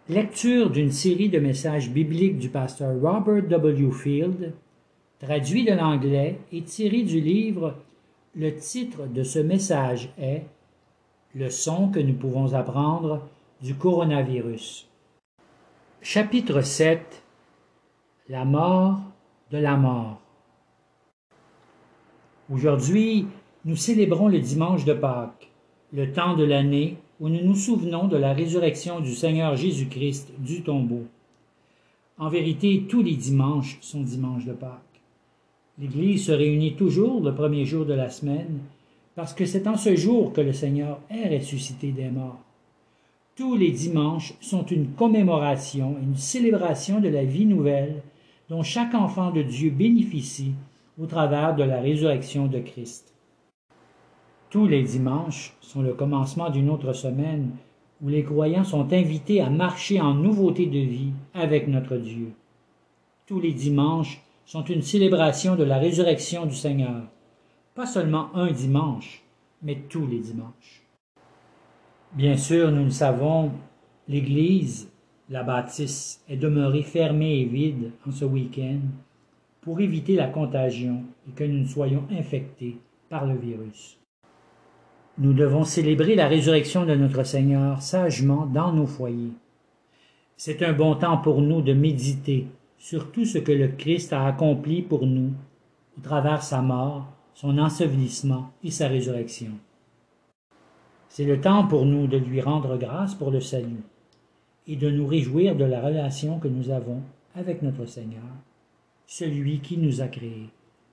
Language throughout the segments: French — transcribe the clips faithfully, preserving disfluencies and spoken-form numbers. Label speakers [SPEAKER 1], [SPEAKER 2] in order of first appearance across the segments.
[SPEAKER 1] Lecture d'une série de messages bibliques du pasteur Robert W. Field, traduit de l'anglais et tiré du livre. Le titre de ce message est « Leçons que nous pouvons apprendre du coronavirus ». Chapitre sept. La mort de la mort. Aujourd'hui, nous célébrons le dimanche de Pâques, le temps de l'année où nous nous souvenons de la résurrection du Seigneur Jésus-Christ du tombeau. En vérité, tous les dimanches sont dimanches de Pâques. L'Église se réunit toujours le premier jour de la semaine, parce que c'est en ce jour que le Seigneur est ressuscité des morts. Tous les dimanches sont une commémoration, une célébration de la vie nouvelle dont chaque enfant de Dieu bénéficie au travers de la résurrection de Christ. Tous les dimanches sont le commencement d'une autre semaine où les croyants sont invités à marcher en nouveauté de vie avec notre Dieu. Tous les dimanches sont une célébration de la résurrection du Seigneur, pas seulement un dimanche, mais tous les dimanches. Bien sûr, nous le savons, l'Église, la bâtisse, est demeurée fermée et vide en ce week-end pour éviter la contagion et que nous ne soyons infectés par le virus. Nous devons célébrer la résurrection de notre Seigneur sagement dans nos foyers. C'est un bon temps pour nous de méditer sur tout ce que le Christ a accompli pour nous au travers sa mort, son ensevelissement et sa résurrection. C'est le temps pour nous de lui rendre grâce pour le salut et de nous réjouir de la relation que nous avons avec notre Seigneur, celui qui nous a créés.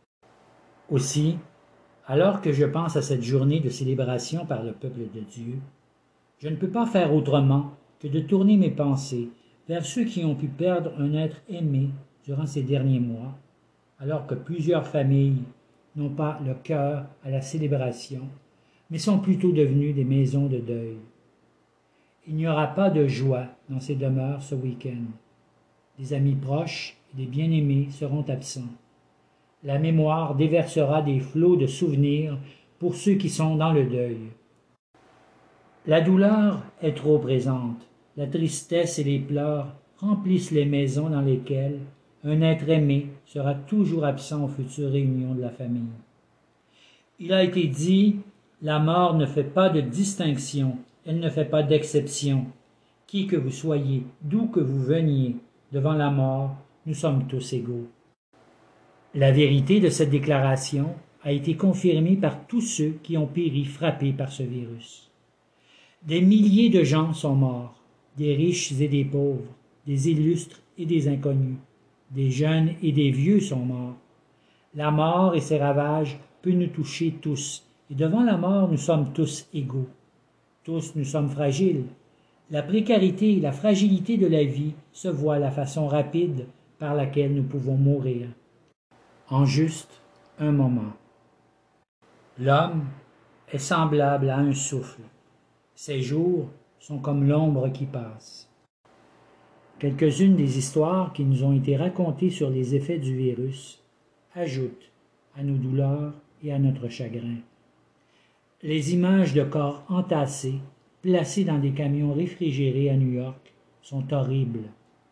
[SPEAKER 1] Aussi, alors que je pense à cette journée de célébration par le peuple de Dieu, je ne peux pas faire autrement que de tourner mes pensées vers ceux qui ont pu perdre un être aimé durant ces derniers mois, alors que plusieurs familles n'ont pas le cœur à la célébration, mais sont plutôt devenues des maisons de deuil. Il n'y aura pas de joie dans ces demeures ce week-end. Des amis proches et des bien-aimés seront absents. La mémoire déversera des flots de souvenirs pour ceux qui sont dans le deuil. La douleur est trop présente. La tristesse et les pleurs remplissent les maisons dans lesquelles un être aimé sera toujours absent aux futures réunions de la famille. Il a été dit, la mort ne fait pas de distinction, elle ne fait pas d'exception. Qui que vous soyez, d'où que vous veniez, devant la mort, nous sommes tous égaux. La vérité de cette déclaration a été confirmée par tous ceux qui ont péri frappés par ce virus. Des milliers de gens sont morts, des riches et des pauvres, des illustres et des inconnus, des jeunes et des vieux sont morts. La mort et ses ravages peuvent nous toucher tous, et devant la mort nous sommes tous égaux. Tous nous sommes fragiles. La précarité et la fragilité de la vie se voient la façon rapide par laquelle nous pouvons mourir. En juste un moment. L'homme est semblable à un souffle. Ses jours sont comme l'ombre qui passe. Quelques-unes des histoires qui nous ont été racontées sur les effets du virus ajoutent à nos douleurs et à notre chagrin. Les images de corps entassés, placés dans des camions réfrigérés à New York, sont horribles.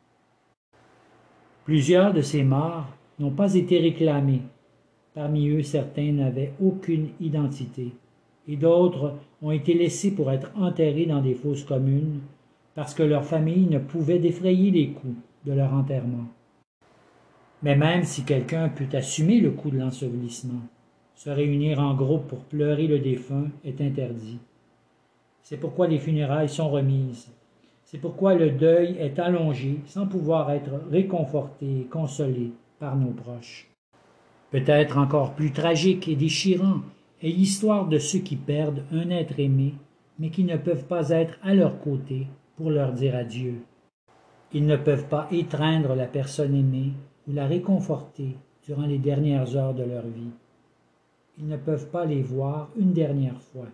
[SPEAKER 1] Plusieurs de ces morts n'ont pas été réclamés. Parmi eux, certains n'avaient aucune identité, et d'autres ont été laissés pour être enterrés dans des fosses communes parce que leurs familles ne pouvaient défrayer les coûts de leur enterrement. Mais même si quelqu'un peut assumer le coût de l'ensevelissement, se réunir en groupe pour pleurer le défunt est interdit. C'est pourquoi les funérailles sont remises. C'est pourquoi le deuil est allongé sans pouvoir être réconforté et consolé par nos proches. Peut-être encore plus tragique et déchirant est l'histoire de ceux qui perdent un être aimé, mais qui ne peuvent pas être à leur côté pour leur dire adieu. Ils ne peuvent pas étreindre la personne aimée ou la réconforter durant les dernières heures de leur vie. Ils ne peuvent pas les voir une dernière fois.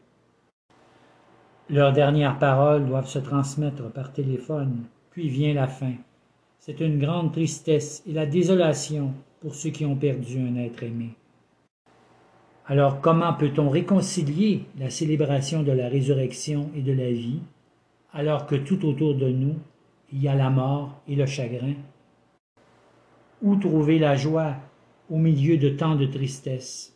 [SPEAKER 1] Leurs dernières paroles doivent se transmettre par téléphone, puis vient la fin. C'est une grande tristesse et la désolation pour ceux qui ont perdu un être aimé. Alors comment peut-on réconcilier la célébration de la résurrection et de la vie, alors que tout autour de nous il y a la mort et le chagrin. Où trouver la joie au milieu de tant de tristesse?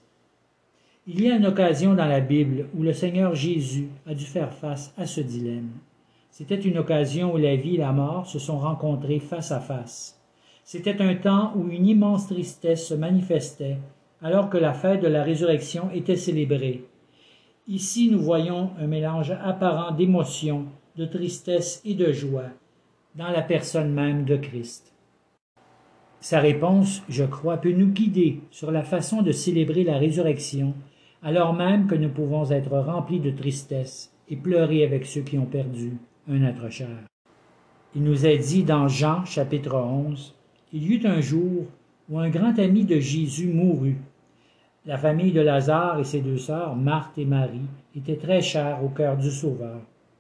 [SPEAKER 1] Il y a une occasion dans la Bible où le Seigneur Jésus a dû faire face à ce dilemme. C'était une occasion où la vie et la mort se sont rencontrées face à face. C'était un temps où une immense tristesse se manifestait alors que la fête de la résurrection était célébrée. Ici, nous voyons un mélange apparent d'émotions, de tristesse et de joie dans la personne même de Christ. Sa réponse, je crois, peut nous guider sur la façon de célébrer la résurrection, alors même que nous pouvons être remplis de tristesse et pleurer avec ceux qui ont perdu un être cher. Il nous est dit dans Jean chapitre onze, « Il y eut un jour où un grand ami de Jésus mourut. La famille de Lazare et ses deux sœurs, Marthe et Marie, étaient très chères au cœur du Sauveur.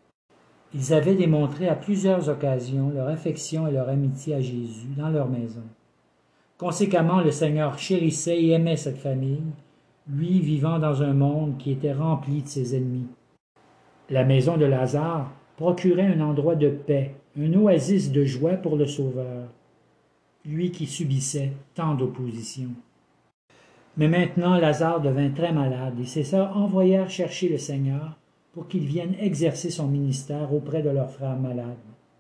[SPEAKER 1] Ils avaient démontré à plusieurs occasions leur affection et leur amitié à Jésus dans leur maison. Conséquemment, le Seigneur chérissait et aimait cette famille, lui vivant dans un monde qui était rempli de ses ennemis. La maison de Lazare procurait un endroit de paix, un oasis de joie pour le Sauveur, lui qui subissait tant d'opposition. Mais maintenant Lazare devint très malade et ses sœurs envoyèrent chercher le Seigneur pour qu'il vienne exercer son ministère auprès de leurs frères malades.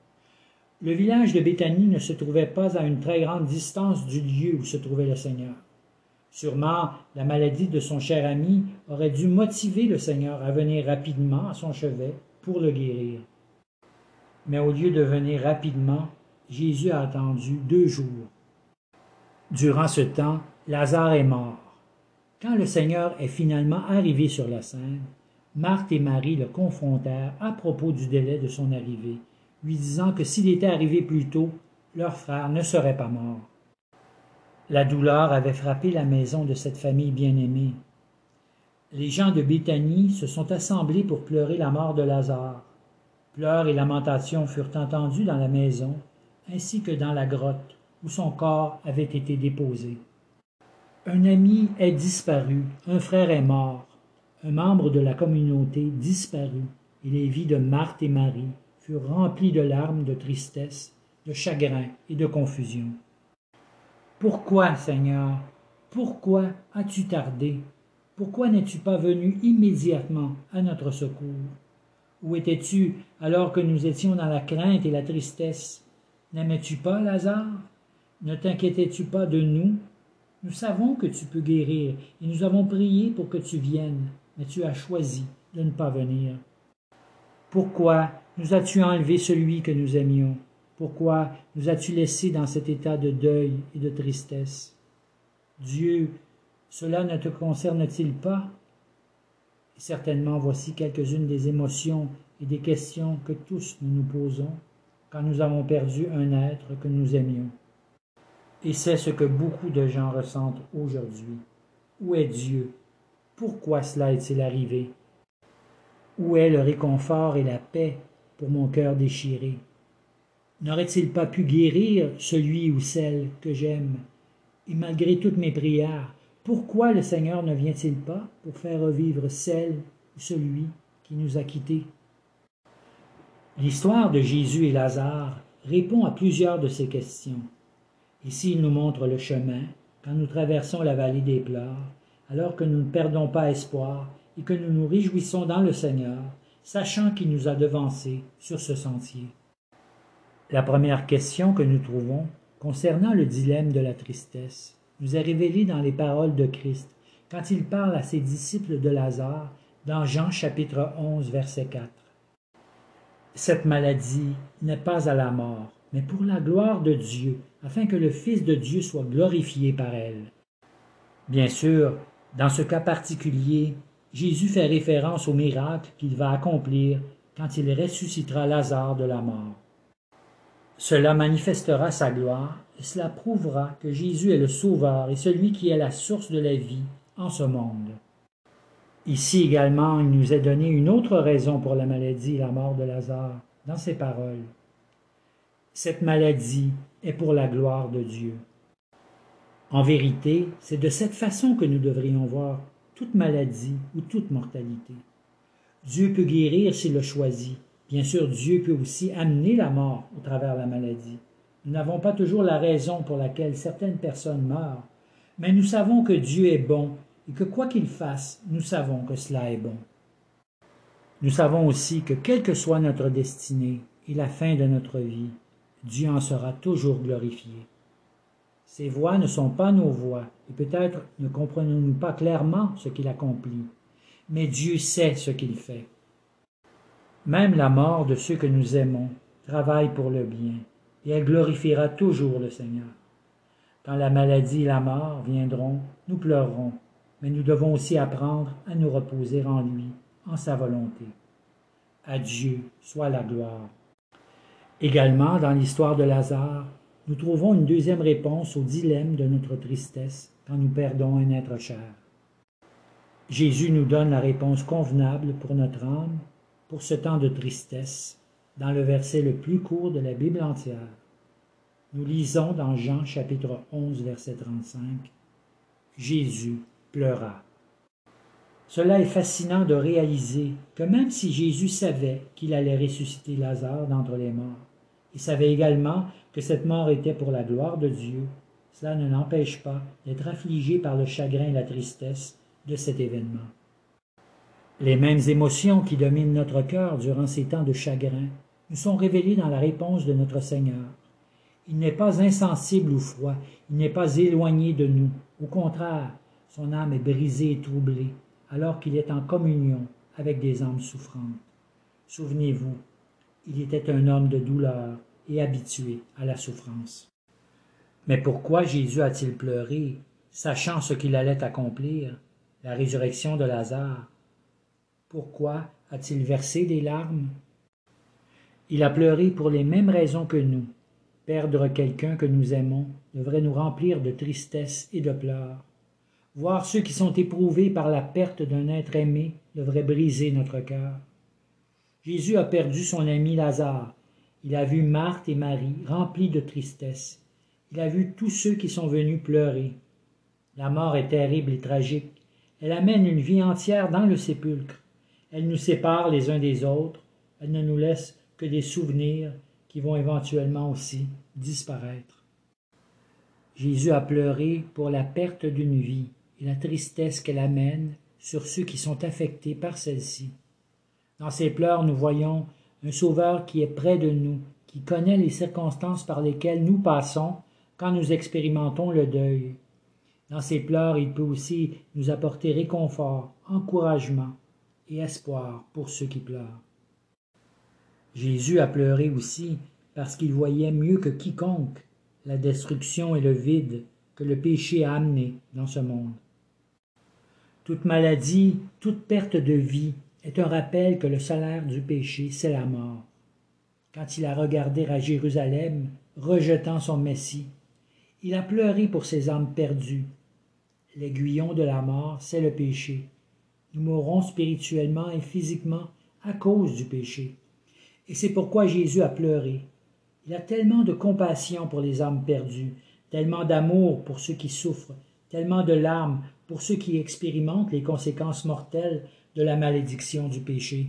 [SPEAKER 1] Le village de Béthanie ne se trouvait pas à une très grande distance du lieu où se trouvait le Seigneur. Sûrement, la maladie de son cher ami aurait dû motiver le Seigneur à venir rapidement à son chevet pour le guérir. Mais au lieu de venir rapidement, Jésus a attendu deux jours. Durant ce temps, Lazare est mort. Quand le Seigneur est finalement arrivé sur la scène, Marthe et Marie le confrontèrent à propos du délai de son arrivée, lui disant que s'il était arrivé plus tôt, leur frère ne serait pas mort. La douleur avait frappé la maison de cette famille bien-aimée. Les gens de Béthanie se sont assemblés pour pleurer la mort de Lazare. Pleurs et lamentations furent entendus dans la maison, ainsi que dans la grotte où son corps avait été déposé. Un ami est disparu, un frère est mort, un membre de la communauté disparut, et les vies de Marthe et Marie furent remplies de larmes, de tristesse, de chagrin et de confusion. Pourquoi, Seigneur, pourquoi as-tu tardé? Pourquoi n'es-tu pas venu immédiatement à notre secours? Où étais-tu alors que nous étions dans la crainte et la tristesse? N'aimais-tu pas Lazare? Ne t'inquiétais-tu pas de nous? Nous savons que tu peux guérir et nous avons prié pour que tu viennes, mais tu as choisi de ne pas venir. Pourquoi nous as-tu enlevé celui que nous aimions? Pourquoi nous as-tu laissés dans cet état de deuil et de tristesse? Dieu, cela ne te concerne-t-il pas? Et certainement, voici quelques-unes des émotions et des questions que tous nous nous posons quand nous avons perdu un être que nous aimions. Et c'est ce que beaucoup de gens ressentent aujourd'hui. Où est Dieu? Pourquoi cela est-il arrivé? Où est le réconfort et la paix pour mon cœur déchiré? N'aurait-il pas pu guérir celui ou celle que j'aime? Et malgré toutes mes prières, pourquoi le Seigneur ne vient-il pas pour faire revivre celle ou celui qui nous a quittés? L'histoire de Jésus et Lazare répond à plusieurs de ces questions. Ici, il nous montre le chemin quand nous traversons la vallée des pleurs, alors que nous ne perdons pas espoir et que nous nous réjouissons dans le Seigneur, sachant qu'il nous a devancés sur ce sentier. La première question que nous trouvons concernant le dilemme de la tristesse nous est révélée dans les paroles de Christ quand il parle à ses disciples de Lazare dans Jean chapitre onze verset quatre. Cette maladie n'est pas à la mort, mais pour la gloire de Dieu, afin que le Fils de Dieu soit glorifié par elle. Bien sûr, dans ce cas particulier, Jésus fait référence au miracle qu'il va accomplir quand il ressuscitera Lazare de la mort. Cela manifestera sa gloire et cela prouvera que Jésus est le Sauveur et celui qui est la source de la vie en ce monde. Ici également, il nous est donné une autre raison pour la maladie et la mort de Lazare, dans ces paroles. Cette maladie est pour la gloire de Dieu. En vérité, c'est de cette façon que nous devrions voir toute maladie ou toute mortalité. Dieu peut guérir s'il le choisit, Bien sûr, Dieu peut aussi amener la mort au travers de la maladie. Nous n'avons pas toujours la raison pour laquelle certaines personnes meurent, mais nous savons que Dieu est bon et que quoi qu'il fasse, nous savons que cela est bon. Nous savons aussi que quelle que soit notre destinée et la fin de notre vie, Dieu en sera toujours glorifié. Ses voies ne sont pas nos voies, et peut-être ne comprenons-nous pas clairement ce qu'il accomplit, mais Dieu sait ce qu'il fait. Même la mort de ceux que nous aimons travaille pour le bien, et elle glorifiera toujours le Seigneur. Quand la maladie et la mort viendront, nous pleurerons, mais nous devons aussi apprendre à nous reposer en lui, en sa volonté. À Dieu soit la gloire. Également, dans l'histoire de Lazare, nous trouvons une deuxième réponse au dilemme de notre tristesse quand nous perdons un être cher. Jésus nous donne la réponse convenable pour notre âme, pour ce temps de tristesse, dans le verset le plus court de la Bible entière. Nous lisons dans Jean chapitre onze, verset trente-cinq, « Jésus pleura ». Cela est fascinant de réaliser que même si Jésus savait qu'il allait ressusciter Lazare d'entre les morts, il savait également que cette mort était pour la gloire de Dieu, cela ne l'empêche pas d'être affligé par le chagrin et la tristesse de cet événement. Les mêmes émotions qui dominent notre cœur durant ces temps de chagrin nous sont révélées dans la réponse de notre Seigneur. Il n'est pas insensible ou froid, il n'est pas éloigné de nous. Au contraire, son âme est brisée et troublée, alors qu'il est en communion avec des âmes souffrantes. Souvenez-vous, il était un homme de douleur et habitué à la souffrance. Mais pourquoi Jésus a-t-il pleuré, sachant ce qu'il allait accomplir, la résurrection de Lazare? Pourquoi a-t-il versé des larmes? Il a pleuré pour les mêmes raisons que nous. Perdre quelqu'un que nous aimons devrait nous remplir de tristesse et de pleurs. Voir ceux qui sont éprouvés par la perte d'un être aimé devrait briser notre cœur. Jésus a perdu son ami Lazare. Il a vu Marthe et Marie remplies de tristesse. Il a vu tous ceux qui sont venus pleurer. La mort est terrible et tragique. Elle amène une vie entière dans le sépulcre. Elle nous sépare les uns des autres. Elle ne nous laisse que des souvenirs qui vont éventuellement aussi disparaître. Jésus a pleuré pour la perte d'une vie et la tristesse qu'elle amène sur ceux qui sont affectés par celle-ci. Dans ses pleurs, nous voyons un Sauveur qui est près de nous, qui connaît les circonstances par lesquelles nous passons quand nous expérimentons le deuil. Dans ses pleurs, il peut aussi nous apporter réconfort, encouragement et espoir pour ceux qui pleurent. Jésus a pleuré aussi parce qu'il voyait mieux que quiconque la destruction et le vide que le péché a amené dans ce monde. Toute maladie, toute perte de vie est un rappel que le salaire du péché, c'est la mort. Quand il a regardé à Jérusalem, rejetant son Messie, il a pleuré pour ses âmes perdues. L'aiguillon de la mort, c'est le péché. Nous mourrons spirituellement et physiquement à cause du péché. Et c'est pourquoi Jésus a pleuré. Il a tellement de compassion pour les âmes perdues, tellement d'amour pour ceux qui souffrent, tellement de larmes pour ceux qui expérimentent les conséquences mortelles de la malédiction du péché.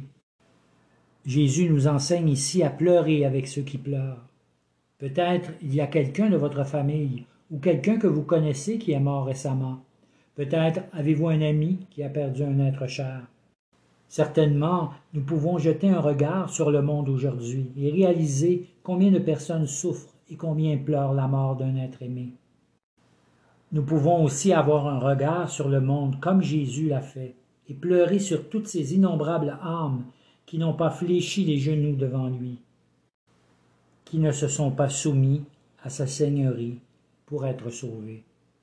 [SPEAKER 1] Jésus nous enseigne ici à pleurer avec ceux qui pleurent. Peut-être il y a quelqu'un de votre famille ou quelqu'un que vous connaissez qui est mort récemment. Peut-être avez-vous un ami qui a perdu un être cher. Certainement, nous pouvons jeter un regard sur le monde aujourd'hui et réaliser combien de personnes souffrent et combien pleurent la mort d'un être aimé. Nous pouvons aussi avoir un regard sur le monde comme Jésus l'a fait et pleurer sur toutes ces innombrables âmes qui n'ont pas fléchi les genoux devant lui, qui ne se sont pas soumis à sa seigneurie pour être sauvés.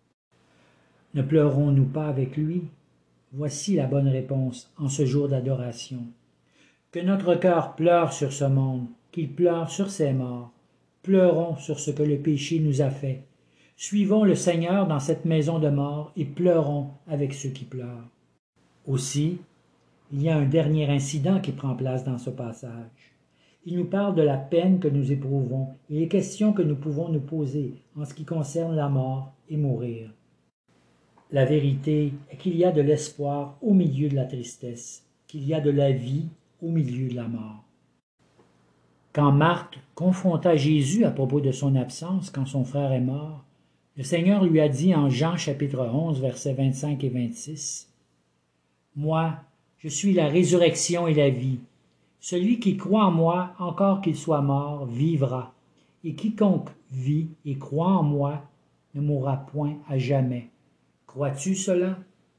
[SPEAKER 1] Ne pleurons-nous pas avec lui? Voici la bonne réponse en ce jour d'adoration. Que notre cœur pleure sur ce monde, qu'il pleure sur ses morts. Pleurons sur ce que le péché nous a fait. Suivons le Seigneur dans cette maison de mort et pleurons avec ceux qui pleurent. Aussi, il y a un dernier incident qui prend place dans ce passage. Il nous parle de la peine que nous éprouvons et les questions que nous pouvons nous poser en ce qui concerne la mort et mourir. La vérité est qu'il y a de l'espoir au milieu de la tristesse, qu'il y a de la vie au milieu de la mort. Quand Marthe confronta Jésus à propos de son absence quand son frère est mort, le Seigneur lui a dit en Jean chapitre onze, versets vingt-cinq et vingt-six, « Moi, je suis la résurrection et la vie. Celui qui croit en moi, encore qu'il soit mort, vivra. Et quiconque vit et croit en moi ne mourra point à jamais. Crois-tu cela? »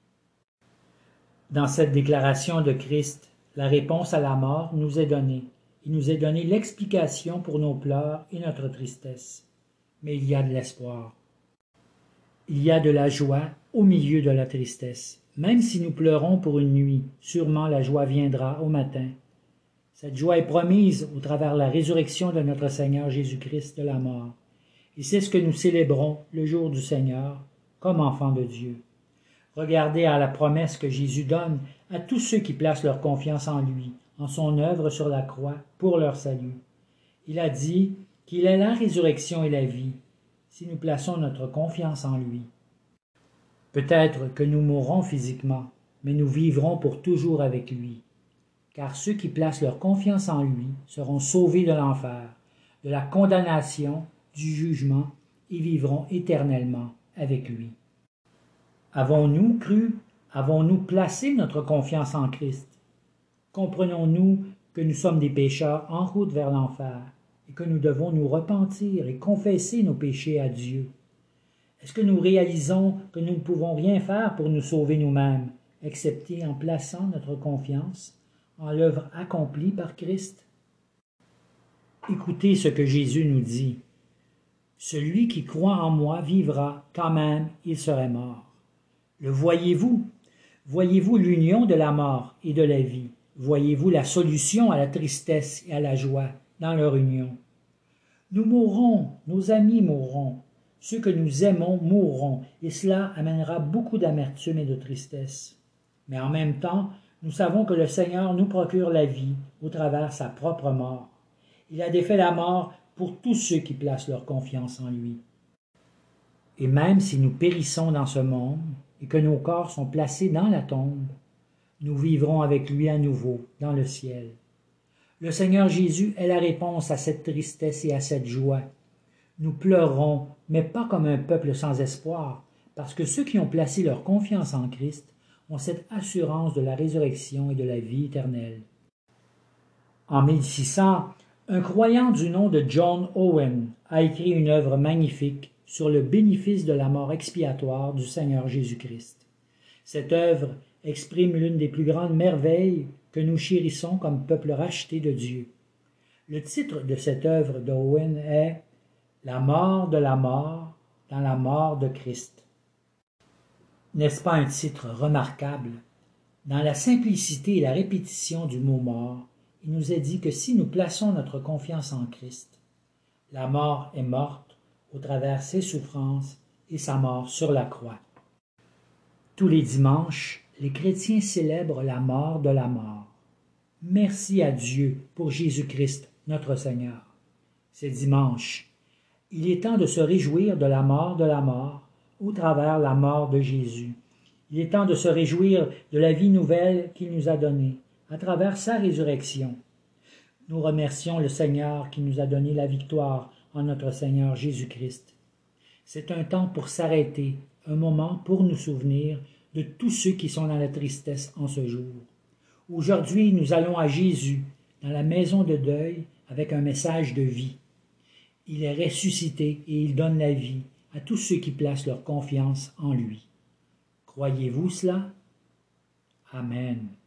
[SPEAKER 1] Dans cette déclaration de Christ, la réponse à la mort nous est donnée. Il nous est donné l'explication pour nos pleurs et notre tristesse. Mais il y a de l'espoir. Il y a de la joie au milieu de la tristesse. Même si nous pleurons pour une nuit, sûrement la joie viendra au matin. Cette joie est promise au travers de la résurrection de notre Seigneur Jésus-Christ de la mort. Et c'est ce que nous célébrons le jour du Seigneur, comme enfants de Dieu. Regardez à la promesse que Jésus donne à tous ceux qui placent leur confiance en lui, en son œuvre sur la croix, pour leur salut. Il a dit qu'il est la résurrection et la vie, si nous plaçons notre confiance en lui. Peut-être que nous mourrons physiquement, mais nous vivrons pour toujours avec lui. Car ceux qui placent leur confiance en lui seront sauvés de l'enfer, de la condamnation, du jugement, et vivront éternellement avec lui. Avons-nous cru? Avons-nous placé notre confiance en Christ? Comprenons-nous que nous sommes des pécheurs en route vers l'enfer et que nous devons nous repentir et confesser nos péchés à Dieu? Est-ce que nous réalisons que nous ne pouvons rien faire pour nous sauver nous-mêmes, excepté en plaçant notre confiance en l'œuvre accomplie par Christ? Écoutez ce que Jésus nous dit. « Celui qui croit en moi vivra, quand même il serait mort. » Le voyez-vous? Voyez-vous l'union de la mort et de la vie? Voyez-vous la solution à la tristesse et à la joie dans leur union? Nous mourrons, nos amis mourront, ceux que nous aimons mourront, et cela amènera beaucoup d'amertume et de tristesse. Mais en même temps, nous savons que le Seigneur nous procure la vie au travers sa propre mort. Il a défait la mort pour tous ceux qui placent leur confiance en lui. Et même si nous périssons dans ce monde et que nos corps sont placés dans la tombe, nous vivrons avec lui à nouveau dans le ciel. Le Seigneur Jésus est la réponse à cette tristesse et à cette joie. Nous pleurerons, mais pas comme un peuple sans espoir, parce que ceux qui ont placé leur confiance en Christ ont cette assurance de la résurrection et de la vie éternelle. En mille six cents, un croyant du nom de John Owen a écrit une œuvre magnifique sur le bénéfice de la mort expiatoire du Seigneur Jésus-Christ. Cette œuvre exprime l'une des plus grandes merveilles que nous chérissons comme peuple racheté de Dieu. Le titre de cette œuvre d'Owen est « La mort de la mort dans la mort de Christ ». N'est-ce pas un titre remarquable? Dans la simplicité et la répétition du mot « mort », il nous est dit que si nous plaçons notre confiance en Christ, la mort est morte au travers ses souffrances et sa mort sur la croix. Tous les dimanches, les chrétiens célèbrent la mort de la mort. Merci à Dieu pour Jésus-Christ, notre Seigneur. C'est dimanche. Il est temps de se réjouir de la mort de la mort au travers la mort de Jésus. Il est temps de se réjouir de la vie nouvelle qu'il nous a donnée à travers sa résurrection. Nous remercions le Seigneur qui nous a donné la victoire en notre Seigneur Jésus-Christ. C'est un temps pour s'arrêter, un moment pour nous souvenir de tous ceux qui sont dans la tristesse en ce jour. Aujourd'hui, nous allons à Jésus, dans la maison de deuil, avec un message de vie. Il est ressuscité et il donne la vie à tous ceux qui placent leur confiance en lui. Croyez-vous cela? Amen.